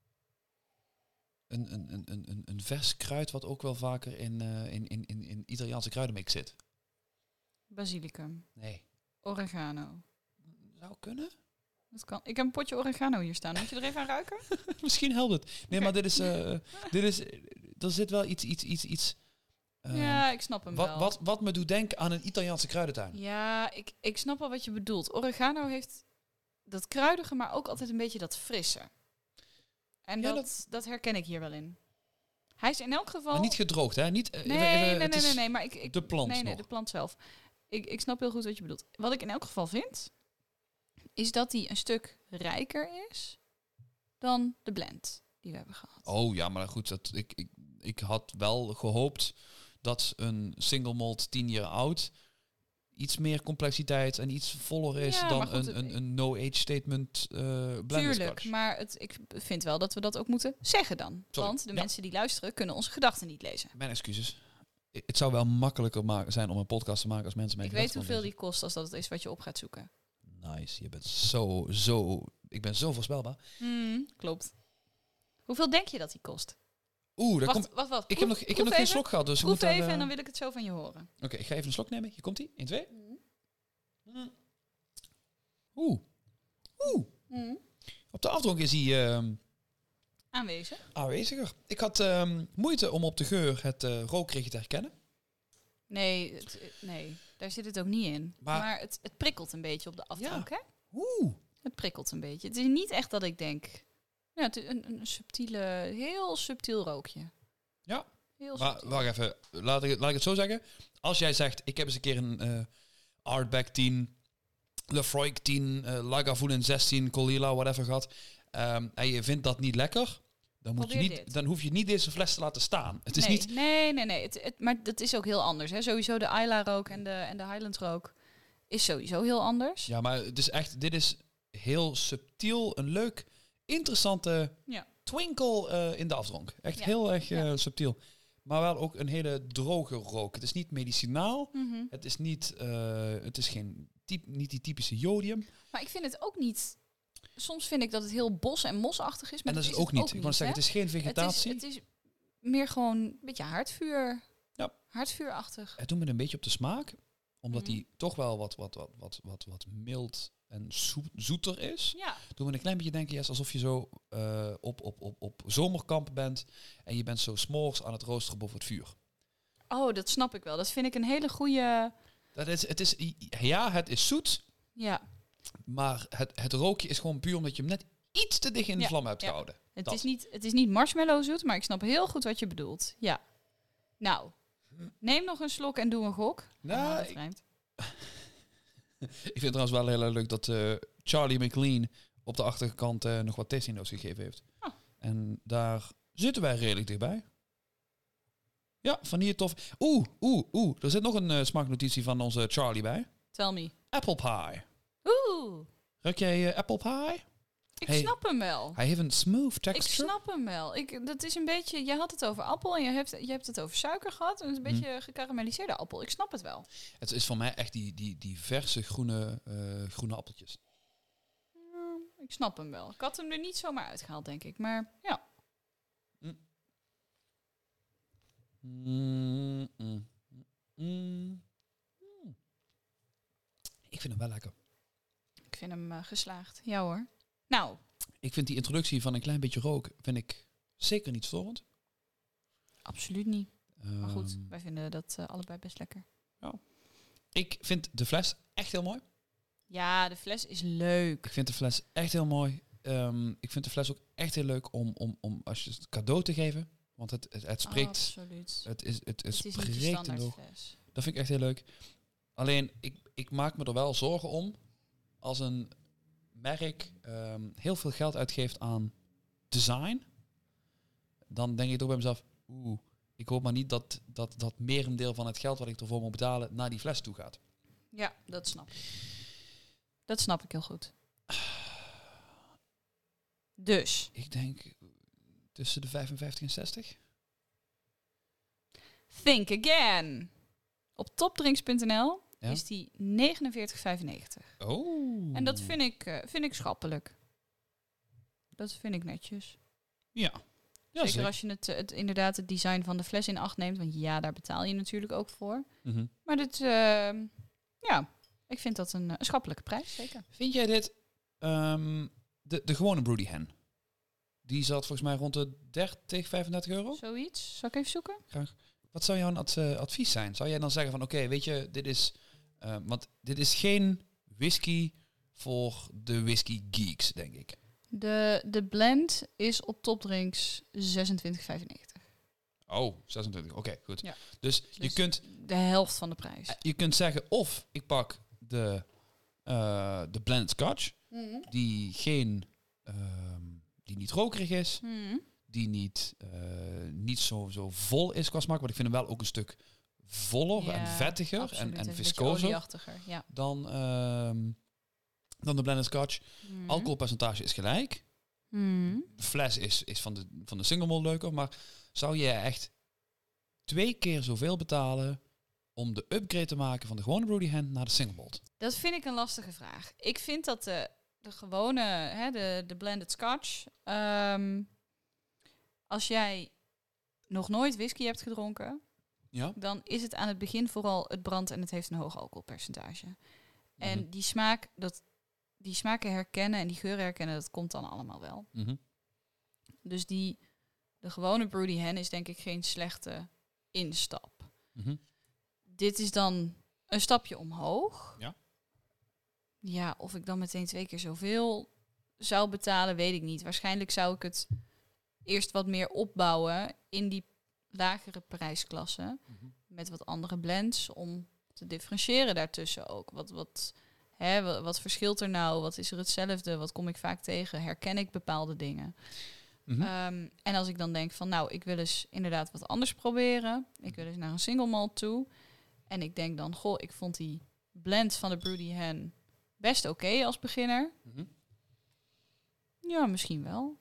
Speaker 2: Een, een, een, een, een vers kruid wat ook wel vaker in, uh, in, in, in, in Italiaanse kruidenmix zit.
Speaker 1: Basilicum.
Speaker 2: Nee.
Speaker 1: Oregano.
Speaker 2: Zou kunnen?
Speaker 1: Dat kan. Ik heb een potje oregano hier staan. Moet je er even aan ruiken?
Speaker 2: Misschien helpt het. Nee,
Speaker 1: Oké.
Speaker 2: maar dit is... Uh, dit is er zit wel iets... iets, iets, iets uh,
Speaker 1: ja, ik snap hem
Speaker 2: wat,
Speaker 1: wel.
Speaker 2: wat, wat me doet denken aan een Italiaanse kruidentuin.
Speaker 1: Ja, ik, ik snap wel wat je bedoelt. Oregano heeft dat kruidige, maar ook altijd een beetje dat frisse. En
Speaker 2: Ja,
Speaker 1: dat,
Speaker 2: dat-
Speaker 1: dat herken ik hier wel in. Hij is in elk geval...
Speaker 2: Maar niet gedroogd, hè? Niet, uh,
Speaker 1: nee,
Speaker 2: even, even,
Speaker 1: nee,
Speaker 2: het
Speaker 1: nee,
Speaker 2: is
Speaker 1: nee, nee, maar ik... ik
Speaker 2: de plant
Speaker 1: nee, nee,
Speaker 2: nog.
Speaker 1: de plant zelf. Ik, ik snap heel goed wat je bedoelt. Wat ik in elk geval vind, is dat die een stuk rijker is dan de blend die we hebben gehad.
Speaker 2: Oh ja, maar goed, dat, ik, ik, ik had wel gehoopt dat een single malt tien jaar oud iets meer complexiteit en iets voller is
Speaker 1: Ja,
Speaker 2: dan
Speaker 1: maar goed,
Speaker 2: een, een, een no-age statement uh, blended
Speaker 1: Tuurlijk,
Speaker 2: scotch.
Speaker 1: maar het, ik vind wel dat we dat ook moeten zeggen dan.
Speaker 2: Sorry.
Speaker 1: Want de
Speaker 2: Ja.
Speaker 1: mensen die luisteren kunnen onze gedachten niet lezen.
Speaker 2: Mijn excuses. I- Het zou wel makkelijker ma- zijn om een podcast te maken als mensen mijn
Speaker 1: Ik weet
Speaker 2: gedachten
Speaker 1: hoeveel die
Speaker 2: konden
Speaker 1: kost als dat het is wat je op gaat zoeken.
Speaker 2: lezen. Nice, je bent zo, zo... Ik ben zo voorspelbaar.
Speaker 1: Hmm, klopt. Hoeveel denk je dat die kost?
Speaker 2: Oeh, daar
Speaker 1: Wacht,
Speaker 2: komt...
Speaker 1: wacht, wacht.
Speaker 2: Ik
Speaker 1: Proef-
Speaker 2: heb nog, ik heb
Speaker 1: proef
Speaker 2: nog geen
Speaker 1: even.
Speaker 2: slok gehad, dus we
Speaker 1: Proef
Speaker 2: moeten...
Speaker 1: even
Speaker 2: uh,
Speaker 1: en dan wil ik het zo van je horen.
Speaker 2: Oké, ik ga even een slok nemen. Hier komt hij. één, twee. Mm. Oeh. Oeh.
Speaker 1: Hmm.
Speaker 2: Op de afdronk is hij uh,
Speaker 1: Aanwezig.
Speaker 2: aanweziger. Ik had um, moeite om op de geur het uh, rookrichtje te herkennen.
Speaker 1: Nee, het, nee, daar zit het ook niet in.
Speaker 2: Maar-
Speaker 1: Maar, het, het prikkelt een beetje op de afdronk, hè?
Speaker 2: Oeh.
Speaker 1: Het prikkelt een beetje. Het is niet echt dat ik denk... Ja, het is een, een subtiele, heel subtiel rookje.
Speaker 2: Ja.
Speaker 1: Heel
Speaker 2: Maar
Speaker 1: subtiel.
Speaker 2: wacht even. Laat ik, laat ik het zo zeggen. Als jij zegt, ik heb eens een keer een uh, Artback tien, Lefroy tien, uh, Lagavulin zestien, Colilla, whatever gehad. Um, en je vindt dat niet lekker... Dan, moet je
Speaker 1: Probeer
Speaker 2: niet,
Speaker 1: dit.
Speaker 2: dan hoef je niet deze fles te laten staan. Het is
Speaker 1: nee,
Speaker 2: niet...
Speaker 1: nee, nee, nee. Het, het, maar dat is ook heel anders. Hè. Sowieso de Isla rook en de, en de Highlands rook is sowieso heel anders.
Speaker 2: Ja, maar het is echt... Dit is heel subtiel, een leuk, interessante
Speaker 1: Ja.
Speaker 2: twinkle uh, in de afdronk. Echt
Speaker 1: Ja.
Speaker 2: heel erg uh,
Speaker 1: Ja.
Speaker 2: subtiel. Maar wel ook een hele droge rook. Het is niet medicinaal.
Speaker 1: Mm-hmm.
Speaker 2: Het is niet, uh, het is geen typ, niet die typische jodium.
Speaker 1: Maar ik vind het ook niet... Soms vind ik dat het heel bos- en mosachtig is. Maar
Speaker 2: en dat is
Speaker 1: is
Speaker 2: het ook niet.
Speaker 1: ook
Speaker 2: Ik wou zeggen, het is geen vegetatie.
Speaker 1: Het is, het is meer gewoon een beetje haardvuur.
Speaker 2: Ja.
Speaker 1: Haardvuurachtig.
Speaker 2: Het doet me een beetje op de smaak. Omdat
Speaker 1: Mm-hmm.
Speaker 2: die toch wel wat, wat, wat, wat, wat, wat mild en zoet, zoeter is.
Speaker 1: Ja.
Speaker 2: Doe me een klein beetje denken, yes, alsof je zo uh, op, op, op, op zomerkamp bent. En je bent zo 's morgens aan het roosteren boven het vuur.
Speaker 1: Oh, dat snap ik wel. Dat vind ik een hele goede...
Speaker 2: Dat is, het is, ja, het is zoet.
Speaker 1: Ja.
Speaker 2: Maar het, het rookje is gewoon puur omdat je hem net iets te dicht in de
Speaker 1: ja.
Speaker 2: vlam hebt
Speaker 1: ja.
Speaker 2: gehouden.
Speaker 1: Het
Speaker 2: dat.
Speaker 1: is, niet, het is niet marshmallow zoet, maar ik snap heel goed wat je bedoelt. Ja. Nou, neem nog een slok en doe een gok.
Speaker 2: Nou,
Speaker 1: oh, dat
Speaker 2: ik,
Speaker 1: rijmt.
Speaker 2: ik vind trouwens wel heel erg leuk dat uh, Charlie McLean op de achterkant uh, nog wat tasting notes gegeven heeft.
Speaker 1: Oh.
Speaker 2: En daar zitten wij redelijk dichtbij. Ja, vanille tof. Oeh, oeh, oeh. Er zit nog een uh, smaaknotitie van onze Charlie bij.
Speaker 1: Tell me.
Speaker 2: Apple pie.
Speaker 1: Oeh.
Speaker 2: Ruik jij uh, apple pie?
Speaker 1: Ik
Speaker 2: Hey,
Speaker 1: snap hem wel.
Speaker 2: Hij heeft een smooth texture.
Speaker 1: Ik snap hem wel. Ik, dat is een beetje... Jij had het over appel en je hebt, je hebt het over suiker gehad. En het is een
Speaker 2: Hmm.
Speaker 1: beetje gekarameliseerde appel. Ik snap het wel.
Speaker 2: Het is voor mij echt die, die, die verse groene, uh, groene appeltjes.
Speaker 1: Mm, ik snap hem wel. Ik had hem er niet zomaar uitgehaald, denk ik. Maar ja.
Speaker 2: Mm. Mm, mm, mm, mm. Ik vind hem wel lekker.
Speaker 1: Ik vind hem uh, geslaagd. Ja hoor. Nou.
Speaker 2: Ik vind die introductie van een klein beetje rook vind ik zeker niet storend.
Speaker 1: Absoluut niet.
Speaker 2: Um,
Speaker 1: Maar goed, wij vinden dat uh, allebei best lekker.
Speaker 2: Ja. Ik vind de fles echt heel mooi.
Speaker 1: Ja, de fles is leuk.
Speaker 2: Ik vind de fles echt heel mooi. Um, ik vind de fles ook echt heel leuk om, om, om als je het cadeau te geven. Want het, het, het spreekt...
Speaker 1: Absoluut.
Speaker 2: Het, is, het, het,
Speaker 1: het
Speaker 2: spreekt
Speaker 1: is niet de standaard fles.
Speaker 2: Dat vind ik echt heel leuk. Alleen, ik, ik maak me er wel zorgen om als een merk um, heel veel geld uitgeeft aan design. Dan denk ik toch bij mezelf, oeh, ik hoop maar niet dat, dat dat merendeel van het geld wat ik ervoor moet betalen naar die fles toe gaat.
Speaker 1: Ja, dat snap ik. Dat snap ik heel goed. Dus.
Speaker 2: Ik denk tussen de vijfenvijftig en zestig.
Speaker 1: Think again. Op topdrinks punt n l
Speaker 2: ja?
Speaker 1: is die negenenveertig vijfennegentig.
Speaker 2: Oh.
Speaker 1: En dat vind ik, uh, vind ik schappelijk. Dat vind ik netjes.
Speaker 2: Ja. ja
Speaker 1: zeker,
Speaker 2: zeker
Speaker 1: als je het, het inderdaad het design van de fles in acht neemt. Want ja, daar betaal je natuurlijk ook voor.
Speaker 2: Mm-hmm.
Speaker 1: Maar dit, uh, ja, ik vind dat een, een schappelijke prijs, zeker.
Speaker 2: Vind jij dit, um, de, de gewone Broody Hen, die zat volgens mij rond de dertig, vijfendertig euro?
Speaker 1: Zoiets. Zal ik even zoeken?
Speaker 2: Graag. Wat zou jouw ad, uh, advies zijn? Zou jij dan zeggen van, oké, okay, weet je, dit is, uh, want dit is geen whisky voor de whisky geeks, denk ik.
Speaker 1: De, de blend is op topdrinks zesentwintig vijfennegentig.
Speaker 2: Oh, zesentwintig. Oké, okay, goed.
Speaker 1: Ja.
Speaker 2: Dus, dus je kunt...
Speaker 1: De helft van de prijs.
Speaker 2: Je kunt zeggen, of ik pak de, uh, de blended scotch,
Speaker 1: mm.
Speaker 2: die geen... Uh, die niet rokerig is,
Speaker 1: mm.
Speaker 2: die niet, uh, niet zo, zo vol is qua smaak, maar ik vind hem wel ook een stuk voller
Speaker 1: ja,
Speaker 2: en vettiger
Speaker 1: absoluut,
Speaker 2: en, en
Speaker 1: viscozer
Speaker 2: ja. dan, uh, dan de blended scotch. Mm. Alcoholpercentage is gelijk.
Speaker 1: Mm.
Speaker 2: De fles is, is van de, van de single malt leuker, maar zou je echt twee keer zoveel betalen om de upgrade te maken van de gewone Broody Hen naar de single malt?
Speaker 1: Dat vind ik een lastige vraag. Ik vind dat de, de gewone, hè, de, de blended scotch, um, als jij nog nooit whisky hebt gedronken,
Speaker 2: ja?
Speaker 1: dan is het aan het begin vooral het brandt en het heeft een hoog alcoholpercentage. Mm-hmm. En die smaak, dat, die smaken herkennen en die geuren herkennen, dat komt dan allemaal wel.
Speaker 2: Mm-hmm.
Speaker 1: Dus die, de gewone Broody Hen is denk ik geen slechte instap.
Speaker 2: Mm-hmm.
Speaker 1: Dit is dan een stapje omhoog.
Speaker 2: Ja.
Speaker 1: Ja, of ik dan meteen twee keer zoveel zou betalen, weet ik niet. Waarschijnlijk zou ik het eerst wat meer opbouwen in die lagere prijsklasse. Mm-hmm. Met wat andere blends om te differentiëren daartussen ook. Wat, wat, hè, wat, wat verschilt er nou? Wat is er hetzelfde? Wat kom ik vaak tegen? Herken ik bepaalde dingen? Mm-hmm. Um, en als ik dan denk van nou, ik wil eens inderdaad wat anders proberen. Ik wil eens naar een single malt toe. En ik denk dan, goh, ik vond die blend van de Broody Hen best oké okay als beginner.
Speaker 2: Mm-hmm.
Speaker 1: Ja, misschien wel.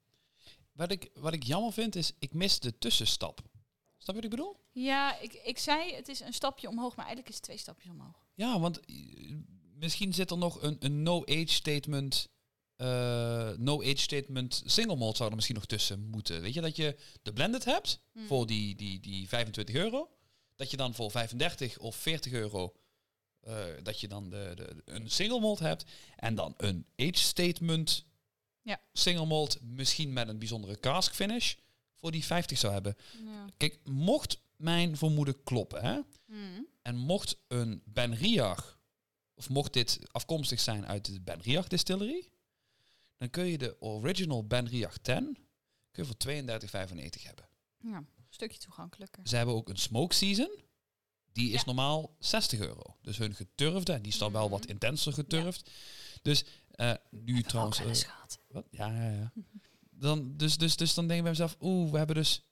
Speaker 2: Wat ik, wat ik jammer vind is, ik mis de tussenstap. Snap je wat ik bedoel?
Speaker 1: Ja, ik, ik zei het is een stapje omhoog, maar eigenlijk is het twee stapjes omhoog.
Speaker 2: Ja, want uh, misschien zit er nog een, een no-age statement... Uh, no-age statement single malt zou er misschien nog tussen moeten. Weet je, dat je de blended hebt
Speaker 1: Hmm.
Speaker 2: voor die, die, die vijfentwintig euro. Dat je dan voor vijfendertig of veertig euro... Uh, dat je dan de, de, een single malt hebt. En dan een age statement
Speaker 1: Ja.
Speaker 2: single malt. Misschien met een bijzondere cask finish. Voor die vijftig zou hebben.
Speaker 1: Ja.
Speaker 2: Kijk, mocht mijn vermoeden kloppen. Hè,
Speaker 1: Hmm.
Speaker 2: en mocht een Ben Riach... Of mocht dit afkomstig zijn uit de Ben Riach distillery... Dan kun je de original Ben Riach tien kun je voor tweeëndertig vijfennegentig hebben.
Speaker 1: Ja, een stukje toegankelijker.
Speaker 2: Ze hebben ook een smoke season. Die is
Speaker 1: Ja.
Speaker 2: normaal zestig euro. Dus hun geturfde, en die is dan wel
Speaker 1: Mhm.
Speaker 2: wat intenser geturfd. Dus uh, nu
Speaker 1: Hebben
Speaker 2: trouwens...
Speaker 1: we ook wel eens
Speaker 2: uh,
Speaker 1: gehad.
Speaker 2: wat? Ja, ja, ja. Dan, dus, dus, dus dan denk ik bij mezelf... Oeh, we hebben dus...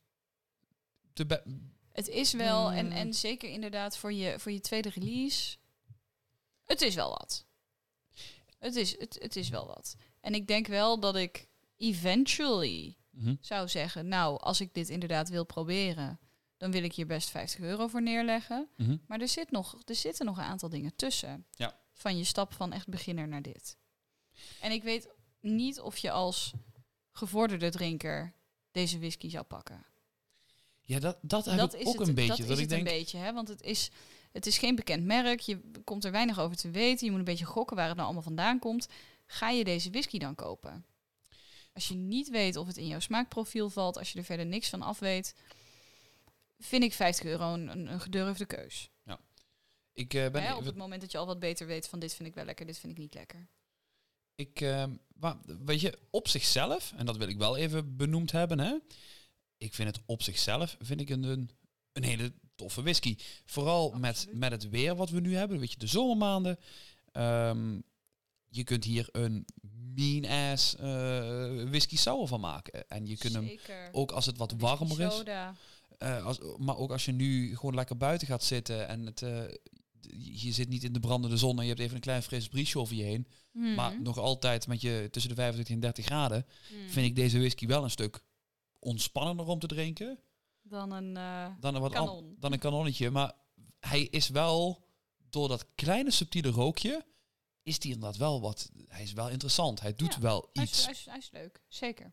Speaker 2: De be-
Speaker 1: Het is wel, en,
Speaker 2: Mm.
Speaker 1: en zeker inderdaad voor je, voor je tweede release... Het is wel wat. Het is, het, het is wel wat. En ik denk wel dat ik eventually
Speaker 2: Mhm.
Speaker 1: zou zeggen... Nou, als ik dit inderdaad wil proberen... dan wil ik hier best vijftig euro voor neerleggen.
Speaker 2: Mhm.
Speaker 1: Maar er, zit nog, er zitten nog een aantal dingen tussen.
Speaker 2: Ja.
Speaker 1: Van je stap van echt beginner naar dit. En ik weet niet of je als gevorderde drinker deze whisky zou pakken.
Speaker 2: Ja, dat, dat heb
Speaker 1: dat
Speaker 2: ik
Speaker 1: is
Speaker 2: ook
Speaker 1: het,
Speaker 2: een beetje.
Speaker 1: Dat,
Speaker 2: Dat,
Speaker 1: is
Speaker 2: ik
Speaker 1: het
Speaker 2: denk...
Speaker 1: een beetje, hè? Want het is, het is geen bekend merk. Je komt er weinig over te weten. Je moet een beetje gokken waar het nou allemaal vandaan komt. Ga je deze whisky dan kopen? Als je niet weet of het in jouw smaakprofiel valt, als je er verder niks van af weet, vind ik vijftig euro een, een, een gedurfde keus.
Speaker 2: Ik uh, ben
Speaker 1: Hè, op
Speaker 2: even...
Speaker 1: het moment dat je al wat beter weet van dit vind ik wel lekker, dit vind ik niet lekker.
Speaker 2: Ik, uh, maar, weet je, op zichzelf, en dat wil ik wel even benoemd hebben, hè. Ik vind het op zichzelf, vind ik een, een, een hele toffe whisky. Vooral met, met het weer wat we nu hebben, weet je, de zomermaanden. Um, je kunt hier een mean-ass uh, whisky sour van maken. En je kunt
Speaker 1: Zeker.
Speaker 2: hem, ook als het wat warmer is,
Speaker 1: Soda.
Speaker 2: uh, als, maar ook als je nu gewoon lekker buiten gaat zitten en het... Uh, je zit niet in de brandende zon en je hebt even een klein fris briesje over je heen.
Speaker 1: Hmm.
Speaker 2: Maar nog altijd met je tussen de vijfentwintig en dertig graden...
Speaker 1: Hmm.
Speaker 2: vind ik deze whisky wel een stuk ontspannender om te drinken.
Speaker 1: Dan een uh,
Speaker 2: Dan een, wat
Speaker 1: kanon.
Speaker 2: an- dan een kanonnetje. Maar hij is wel, door dat kleine subtiele rookje... is die inderdaad wel wat... Hij is wel interessant. Hij doet
Speaker 1: Ja,
Speaker 2: wel
Speaker 1: hij
Speaker 2: iets.
Speaker 1: is, hij, is, hij is leuk, zeker.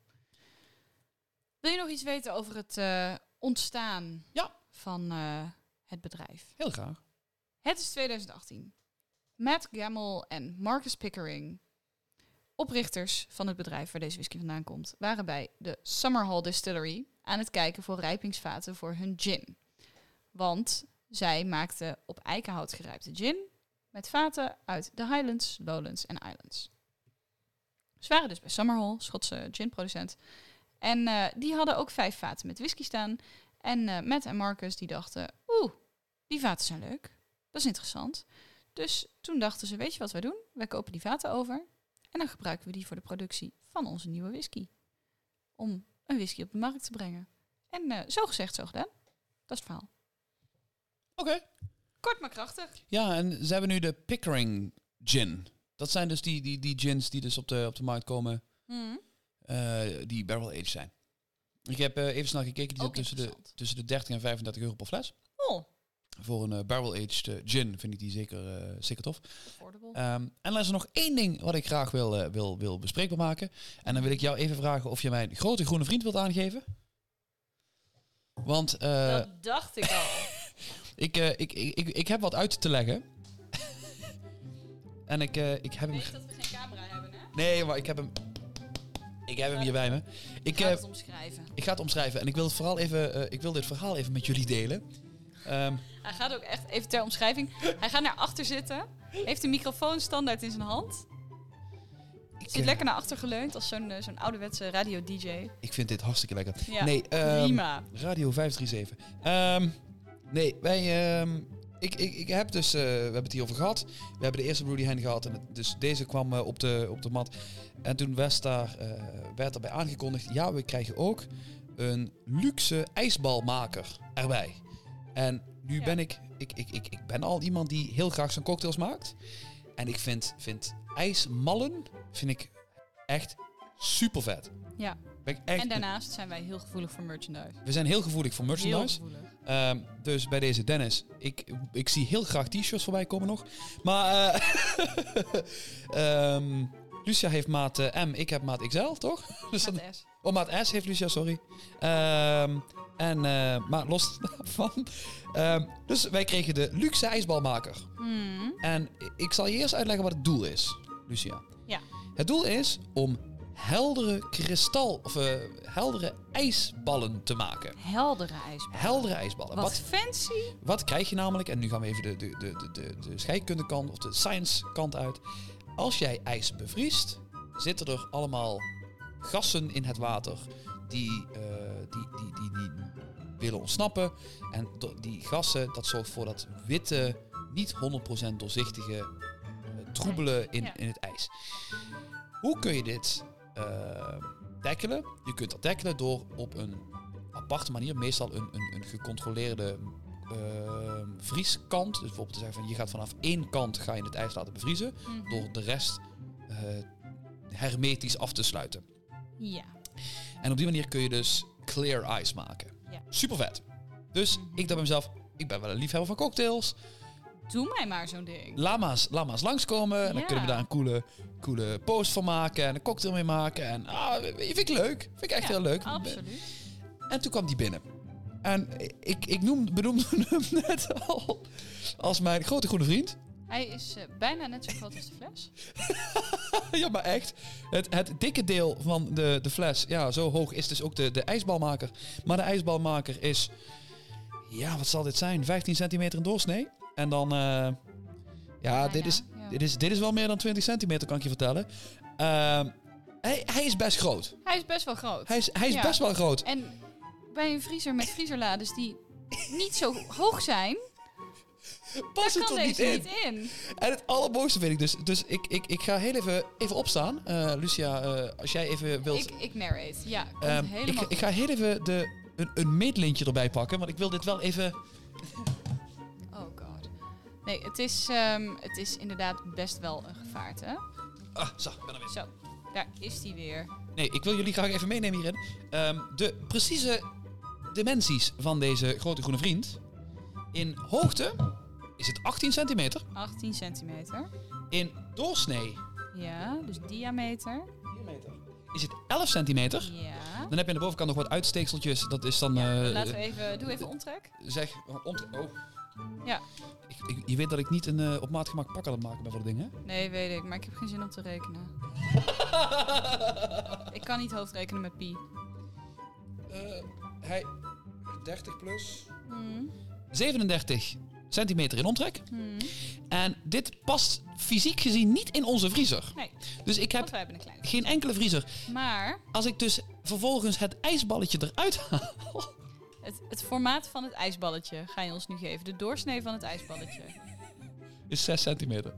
Speaker 1: Wil je nog iets weten over het uh, ontstaan
Speaker 2: Ja.
Speaker 1: van uh, het bedrijf?
Speaker 2: Heel graag.
Speaker 1: Het is twintig achttien. Matt Gamble en Marcus Pickering, oprichters van het bedrijf waar deze whisky vandaan komt, waren bij de Summerhall Distillery aan het kijken voor rijpingsvaten voor hun gin. Want zij maakten op eikenhout gerijpte gin met vaten uit de Highlands, Lowlands en Islands. Ze waren dus bij Summerhall, Schotse ginproducent. En uh, die hadden ook vijf vaten met whisky staan. En uh, Matt en Marcus die dachten, oeh, die vaten zijn leuk. Dat is interessant. Dus toen dachten ze, weet je wat wij doen? Wij kopen die vaten over en dan gebruiken we die voor de productie van onze nieuwe whisky. Om een whisky op de markt te brengen. En uh, zo gezegd, zo gedaan. Dat is het verhaal.
Speaker 2: Oké. Okay.
Speaker 1: Kort maar krachtig.
Speaker 2: Ja, en ze hebben nu de Pickering gin. Dat zijn dus die, die, die gins die dus op de, op de markt komen,
Speaker 1: Mm.
Speaker 2: uh, die barrel-aged zijn. Ik heb uh, even snel gekeken, die zit tussen de, tussen de dertig en vijfendertig euro per fles.
Speaker 1: Oh.
Speaker 2: Voor een uh, barrel-aged uh, gin vind ik die zeker, uh, zeker tof.
Speaker 1: Affordable.
Speaker 2: Um, en dan is er nog één ding wat ik graag wil, uh, wil, wil bespreekbaar maken. En dan wil ik jou even vragen of je mijn grote groene vriend wilt aangeven. Want... Uh,
Speaker 1: dat dacht ik al.
Speaker 2: ik, uh, ik, ik, ik, ik heb wat uit te leggen. en ik, uh, ik heb hem...
Speaker 1: Weet dat we geen camera hebben, hè?
Speaker 2: Nee, maar ik heb hem... Ik heb hem hier bij me. Ik
Speaker 1: ga
Speaker 2: uh,
Speaker 1: het omschrijven.
Speaker 2: Ik ga het omschrijven. En ik wil, het vooral even, uh, ik wil dit verhaal even met jullie delen. Um,
Speaker 1: Hij gaat ook echt, even ter omschrijving, hij gaat naar achter zitten, heeft een microfoon standaard in zijn hand.
Speaker 2: ik,
Speaker 1: Zit lekker naar achter geleund als zo'n, uh, zo'n ouderwetse radio-D J.
Speaker 2: Ik vind dit hartstikke lekker.
Speaker 1: Ja,
Speaker 2: nee, um,
Speaker 1: prima.
Speaker 2: Radio vijf drie zeven. Um, nee, wij... Um, ik, ik, ik heb dus... Uh, we hebben het hier over gehad. We hebben de eerste Broody Hen gehad. En het, dus deze kwam uh, op, de, op de mat. En toen was daar, uh, werd erbij aangekondigd... Ja, we krijgen ook een luxe ijsbalmaker erbij. En nu
Speaker 1: ja. ben
Speaker 2: ik, ik, ik, ik... Ik ben al iemand die heel graag zijn cocktails maakt. En ik vind, vind ijsmallen... Vind ik echt Super vet.
Speaker 1: Ja.
Speaker 2: Ben ik echt
Speaker 1: En daarnaast zijn wij heel gevoelig voor merchandise.
Speaker 2: We zijn heel gevoelig voor
Speaker 1: Heel
Speaker 2: merchandise.
Speaker 1: gevoelig.
Speaker 2: Um, dus bij deze Dennis, ik, ik zie heel graag t-shirts voorbij komen nog. Maar uh, um, Lucia heeft maat uh, M, ik heb maat X L, toch? Dus
Speaker 1: Maat
Speaker 2: dan,
Speaker 1: S.
Speaker 2: oh, maat S heeft Lucia, sorry. Um, en, uh, maar los daarvan. Um, dus wij kregen de luxe ijsbalmaker.
Speaker 1: Hmm.
Speaker 2: En ik zal je eerst uitleggen wat het doel is, Lucia.
Speaker 1: Ja.
Speaker 2: Het doel is om heldere kristal of uh, heldere ijsballen te maken.
Speaker 1: Heldere ijsballen.
Speaker 2: Heldere ijsballen.
Speaker 1: Wat,
Speaker 2: Wat,
Speaker 1: fancy.
Speaker 2: wat krijg je namelijk? En nu gaan we even de, de, de, de, de, de scheikundekant of de science kant uit. Als jij ijs bevriest, zitten er allemaal gassen in het water die, uh, die, die, die, die willen ontsnappen. En do- die gassen, dat zorgt voor dat witte, niet honderd procent doorzichtige uh, troebelen in,
Speaker 1: Ja.
Speaker 2: in het ijs. Hoe kun je dit uh, tackelen? Je kunt dat tackelen door op een aparte manier, meestal een, een, een gecontroleerde uh, vrieskant. Dus bijvoorbeeld te zeggen van je gaat vanaf één kant ga je het ijs laten bevriezen,
Speaker 1: Mhm.
Speaker 2: door de rest uh, hermetisch af te sluiten.
Speaker 1: Ja.
Speaker 2: En op die manier kun je dus clear ice maken.
Speaker 1: Ja.
Speaker 2: Super vet. Dus
Speaker 1: Mhm.
Speaker 2: ik dacht bij mezelf, ik ben wel een liefhebber van cocktails.
Speaker 1: Doe mij maar zo'n ding.
Speaker 2: Lama's, lama's langskomen. En dan
Speaker 1: Ja.
Speaker 2: kunnen we daar een coole, coole post van maken. En een cocktail mee maken. En ah, vind ik leuk. Vind ik echt
Speaker 1: Ja,
Speaker 2: heel leuk.
Speaker 1: Absoluut.
Speaker 2: En toen kwam die binnen. En ik, ik noem, benoemde hem net al als mijn grote goede vriend.
Speaker 1: Hij is uh, bijna net zo groot als de fles.
Speaker 2: Ja, maar echt. Het, het dikke deel van de, de fles, ja, zo hoog is dus ook de, de ijsbalmaker. Maar de ijsbalmaker is, ja, wat zal dit zijn? vijftien centimeter in doorsnee. En dan, uh, ja,
Speaker 1: Ja,
Speaker 2: dit,
Speaker 1: ja,
Speaker 2: is,
Speaker 1: ja.
Speaker 2: dit, is, dit is wel meer dan twintig centimeter, kan ik je vertellen. Uh, hij, hij is best groot.
Speaker 1: Hij is best wel groot.
Speaker 2: Hij is, hij is
Speaker 1: Ja.
Speaker 2: best wel groot.
Speaker 1: En bij een vriezer met vriezerlades die niet zo hoog zijn,
Speaker 2: Pas
Speaker 1: daar
Speaker 2: het
Speaker 1: kan
Speaker 2: er niet
Speaker 1: deze
Speaker 2: in.
Speaker 1: niet in.
Speaker 2: En het allermooiste vind ik dus. Dus ik, ik, ik ga heel even, even opstaan. Uh, Lucia, uh, als jij even wilt.
Speaker 1: Ik, ik narrate. Ja, komt
Speaker 2: Um,
Speaker 1: helemaal
Speaker 2: ik, ik ga heel even de, een, een meetlintje erbij pakken. Want ik wil dit wel even.
Speaker 1: Oh god. Nee, het is, um, het is inderdaad best wel een gevaarte.
Speaker 2: Ah, zo, ik ben er weer.
Speaker 1: Zo, daar is die weer.
Speaker 2: Nee, ik wil jullie graag even meenemen hierin. Um, de precieze dimensies van deze grote groene vriend. In hoogte is het achttien centimeter.
Speaker 1: achttien centimeter.
Speaker 2: In doorsnee
Speaker 1: Ja, dus diameter.
Speaker 2: is het elf centimeter.
Speaker 1: Ja.
Speaker 2: Dan heb je aan de bovenkant nog wat uitsteekseltjes. Dat is dan...
Speaker 1: ja
Speaker 2: uh,
Speaker 1: laten we even... Doe even omtrek.
Speaker 2: Zeg... Ont- oh.
Speaker 1: Ja.
Speaker 2: Ik, ik, je weet dat ik niet een uh, op maat gemaakt pak aan het maken ben voor dat ding, hè?
Speaker 1: Nee, weet ik. Maar ik heb geen zin om te rekenen. Ik kan niet hoofdrekenen met pi.
Speaker 2: Uh, hij... dertig plus...
Speaker 1: Hmm.
Speaker 2: zevenendertig centimeter in omtrek.
Speaker 1: Hmm.
Speaker 2: En dit past fysiek gezien niet in onze vriezer.
Speaker 1: Nee,
Speaker 2: Dus ik
Speaker 1: want
Speaker 2: heb
Speaker 1: wij hebben een kleine.
Speaker 2: geen enkele vriezer.
Speaker 1: Maar
Speaker 2: Als ik dus vervolgens het ijsballetje eruit haal...
Speaker 1: het, het formaat van het ijsballetje ga je ons nu geven. De doorsnee van het ijsballetje.
Speaker 2: is zes centimeter.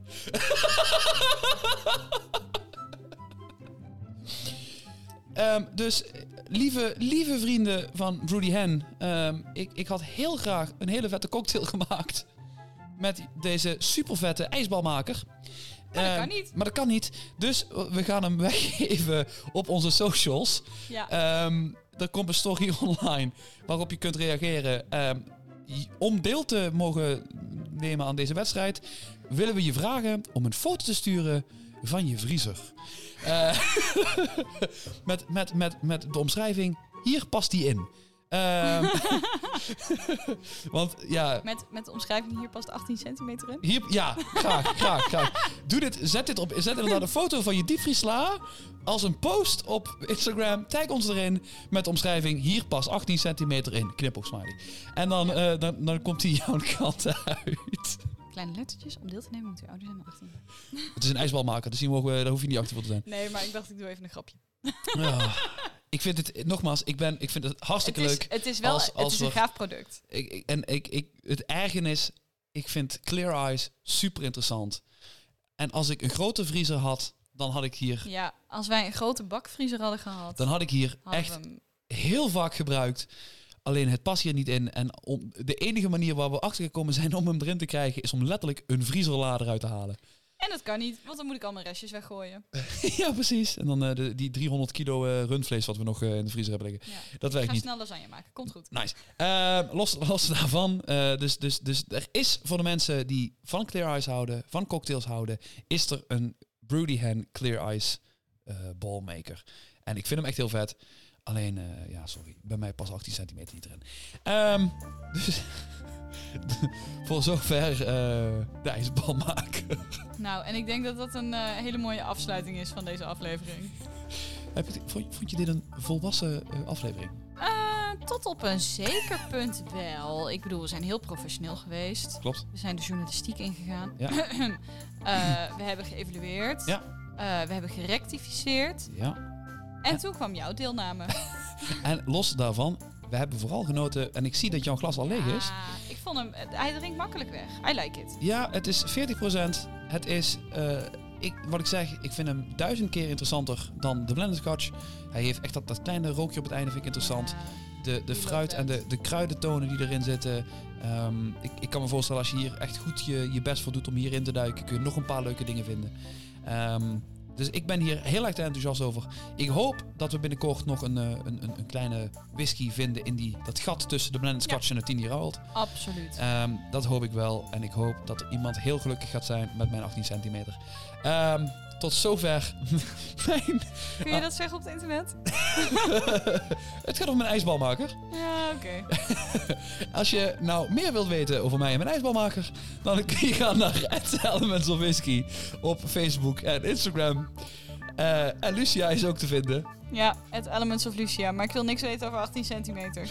Speaker 2: um, dus, lieve, lieve vrienden van Broody Hen. Um, ik, ik had heel graag een hele vette cocktail gemaakt. Met deze super vette ijsbalmaker.
Speaker 1: Maar dat
Speaker 2: Um,
Speaker 1: kan niet.
Speaker 2: Maar dat kan niet. Dus we gaan hem weggeven op onze socials.
Speaker 1: Ja.
Speaker 2: Um, er komt een story online waarop je kunt reageren. Um, om deel te mogen nemen aan deze wedstrijd, willen we je vragen om een foto te sturen van je vriezer. Uh, met, met, met, met de omschrijving, hier past die in. Um, want ja...
Speaker 1: Met, met de omschrijving hier past achttien centimeter in.
Speaker 2: Hier, ja, graag, graag, graag. Doe dit, zet dit op, zet inderdaad een foto van je diepvriesla als een post op Instagram. Tag ons erin met de omschrijving, hier past achttien centimeter in. Knipoog smiley. En dan,
Speaker 1: Ja.
Speaker 2: uh, dan, dan komt hij jouw kant uit.
Speaker 1: Kleine lettertjes, om deel te nemen moet u ouder zijn dan achttien.
Speaker 2: Het is een ijsbalmaker, dus hier mogen we, daar hoef je niet achter voor te zijn.
Speaker 1: Nee, maar ik dacht ik doe even een grapje.
Speaker 2: Ja. Ik vind het, nogmaals, ik, ben, ik vind het hartstikke
Speaker 1: het is,
Speaker 2: leuk.
Speaker 1: Het is wel
Speaker 2: als-
Speaker 1: het
Speaker 2: als
Speaker 1: is een
Speaker 2: we-
Speaker 1: gaaf product.
Speaker 2: Ik, ik- en ik, ik, het ergernis, ik vind Clear Eyes super interessant. En als ik een grote vriezer had, dan had ik hier,
Speaker 1: Ja, als wij een grote bakvriezer hadden gehad,
Speaker 2: dan had ik hier
Speaker 1: hadden
Speaker 2: echt
Speaker 1: we hem...
Speaker 2: heel vaak gebruikt. Alleen het past hier niet in. En om, de enige manier waar we achter gekomen zijn om hem erin te krijgen, is om letterlijk een vriezerlader uit te halen.
Speaker 1: En dat kan niet, want dan moet ik al mijn restjes weggooien.
Speaker 2: Ja, precies. En dan uh, de, die driehonderd kilo uh, rundvlees wat we nog uh, in de vriezer hebben liggen.
Speaker 1: Ja.
Speaker 2: Dat werkt
Speaker 1: Ga
Speaker 2: niet.
Speaker 1: snel lasagne maken, komt goed.
Speaker 2: Nice. Uh, los, los daarvan, uh, dus, dus, dus er is voor de mensen die van Clear Ice houden, van cocktails houden, is er een Broody Hen Clear Ice uh, ballmaker. En ik vind hem echt heel vet. Alleen, uh, ja, sorry, bij mij pas achttien centimeter niet erin. Um, dus voor zover uh, de ijsbalmaker.
Speaker 1: Nou, en ik denk dat dat een uh, hele mooie afsluiting is van deze aflevering.
Speaker 2: Heb je, vond, vond je dit een volwassen uh, aflevering?
Speaker 1: Uh, tot op een zeker punt wel. Ik bedoel, we zijn heel professioneel geweest.
Speaker 2: Klopt.
Speaker 1: We zijn de journalistiek ingegaan.
Speaker 2: Ja.
Speaker 1: uh, we hebben geëvalueerd.
Speaker 2: Ja.
Speaker 1: Uh, we hebben gerectificeerd.
Speaker 2: Ja.
Speaker 1: En ja. toen kwam jouw deelname.
Speaker 2: En los daarvan, we hebben vooral genoten. En ik zie dat jouw glas al leeg is.
Speaker 1: Ah, ik vond hem, hij drinkt makkelijk weg. I like it.
Speaker 2: Ja, het is veertig procent. Het is, uh, ik, wat ik zeg, ik vind hem duizend keer interessanter dan de blended scotch. Hij heeft echt dat, dat kleine rookje op het einde, vind ik interessant. Ja, de de fruit en de, de kruidentonen die erin zitten. Um, ik, ik kan me voorstellen, als je hier echt goed je, je best voor doet om hierin te duiken, kun je nog een paar leuke dingen vinden. Um, Dus ik ben hier heel erg enthousiast over. Ik hoop dat we binnenkort nog een, een, een, een kleine whisky vinden in die, dat gat tussen de blended scotch ja. en de tien year old.
Speaker 1: Absoluut.
Speaker 2: Um, dat hoop ik wel. En ik hoop dat er iemand heel gelukkig gaat zijn met mijn achttien centimeter. Um, tot zover mijn...
Speaker 1: Kun je dat zeggen op het internet?
Speaker 2: Het gaat over mijn ijsbalmaker.
Speaker 1: Ja, oké. Okay.
Speaker 2: Als je nou meer wilt weten over mij en mijn ijsbalmaker, dan kun je gaan naar at Elements of Whisky op Facebook en Instagram. Uh, en Lucia is ook te vinden.
Speaker 1: Ja, at Elements of Lucia. Maar ik wil niks weten over achttien centimeter.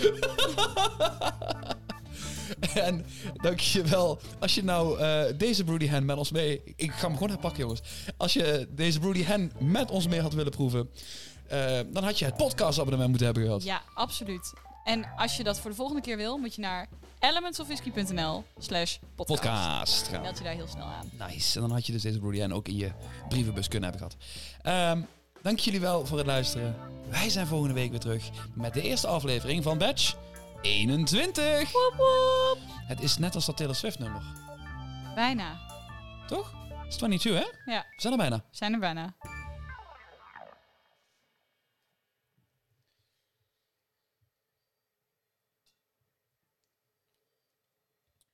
Speaker 2: En dankjewel. Als je nou uh, deze Broody Hen met ons mee... Ik ga hem gewoon herpakken, jongens. Als je deze Broody Hen met ons mee had willen proeven, Uh, dan had je het podcastabonnement moeten hebben gehad.
Speaker 1: Ja, absoluut. En als je dat voor de volgende keer wil, moet je naar elementsofwhisky.nl slash podcast.
Speaker 2: Podcast.
Speaker 1: Dan meld je daar heel snel aan.
Speaker 2: Nice. En dan had je dus deze Broody Hen ook in je brievenbus kunnen hebben gehad. Um, dank jullie wel voor het luisteren. Wij zijn volgende week weer terug met de eerste aflevering van Batch eenentwintig.
Speaker 1: Woep woep.
Speaker 2: Het is net als dat Taylor Swift nummer.
Speaker 1: Bijna.
Speaker 2: Toch? Het is tweeëntwintig, hè?
Speaker 1: Ja.
Speaker 2: We zijn er bijna.
Speaker 1: We zijn er bijna.